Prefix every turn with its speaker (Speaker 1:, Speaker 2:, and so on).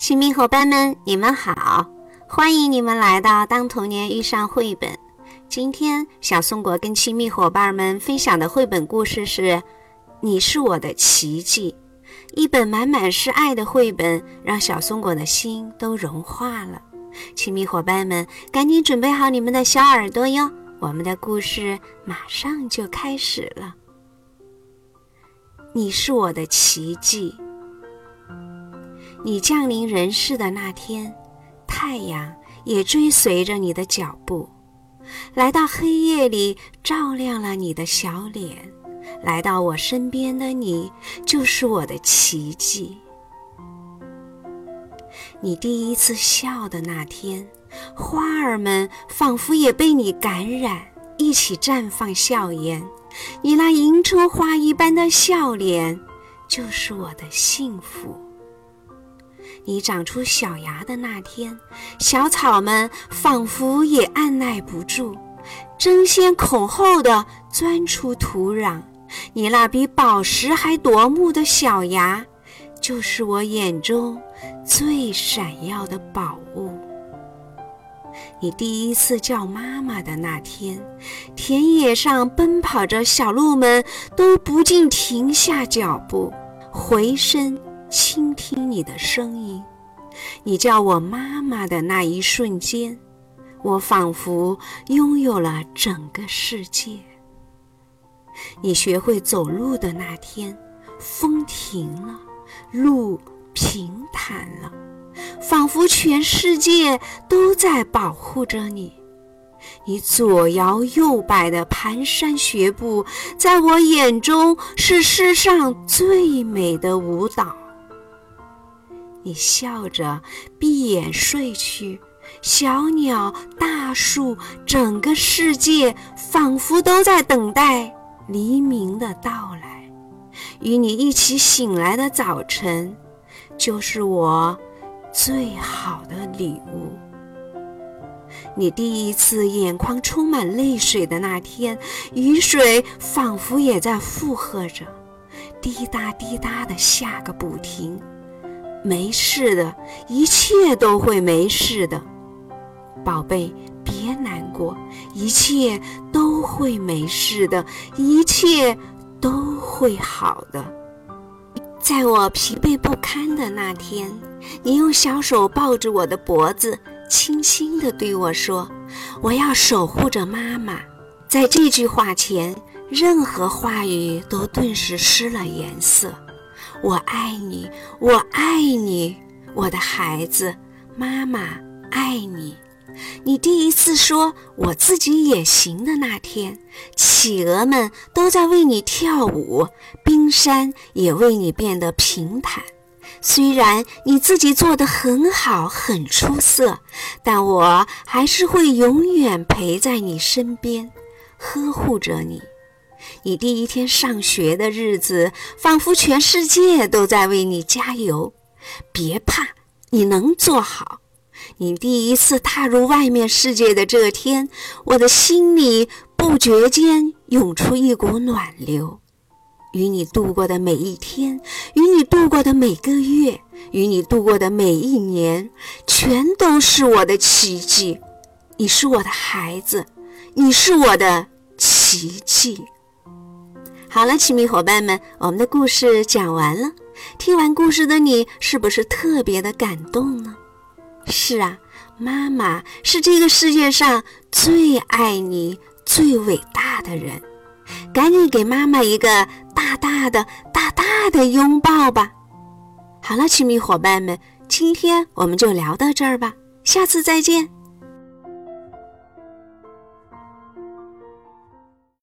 Speaker 1: 亲密伙伴们，你们好，欢迎你们来到当童年遇上绘本。今天小松果跟亲密伙伴们分享的绘本故事是你是我的奇迹。一本满满是爱的绘本，让小松果的心都融化了。亲密伙伴们，赶紧准备好你们的小耳朵哟，我们的故事马上就开始了。你是我的奇迹。你降临人世的那天，太阳也追随着你的脚步，来到黑夜里照亮了你的小脸，来到我身边的你就是我的奇迹。你第一次笑的那天，花儿们仿佛也被你感染，一起绽放笑颜，你那迎春花一般的笑脸就是我的幸福。你长出小芽的那天，小草们仿佛也按耐不住，争先恐后地钻出土壤，你那比宝石还夺目的小芽就是我眼中最闪耀的宝物。你第一次叫妈妈的那天，田野上奔跑着小鹿们都不禁停下脚步，回身倾听你的声音。你叫我妈妈的那一瞬间，我仿佛拥有了整个世界。你学会走路的那天，风停了，路平坦了，仿佛全世界都在保护着你。你左摇右摆的蹒跚学步，在我眼中是世上最美的舞蹈。你笑着闭眼睡去，小鸟、大树，整个世界仿佛都在等待黎明的到来。与你一起醒来的早晨，就是我最好的礼物。你第一次眼眶充满泪水的那天，雨水仿佛也在附和着，滴答滴答地下个不停。没事的，一切都会没事的，宝贝，别难过，一切都会没事的，一切都会好的。在我疲惫不堪的那天，你用小手抱着我的脖子，轻轻地对我说，我要守护着妈妈。在这句话前，任何话语都顿时失了颜色。我爱你，我爱你，我的孩子，妈妈爱你。你第一次说我自己也行的那天，企鹅们都在为你跳舞，冰山也为你变得平坦。虽然你自己做得很好，很出色，但我还是会永远陪在你身边，呵护着你。你第一天上学的日子，仿佛全世界都在为你加油。别怕，你能做好。你第一次踏入外面世界的这天，我的心里不觉间涌出一股暖流。与你度过的每一天，与你度过的每个月，与你度过的每一年，全都是我的奇迹。你是我的孩子，你是我的奇迹。好了，亲密伙伴们，我们的故事讲完了。听完故事的你，是不是特别的感动呢？是啊，妈妈是这个世界上最爱你、最伟大的人。赶紧给妈妈一个大大的拥抱吧。好了，亲密伙伴们，今天我们就聊到这儿吧，下次再见。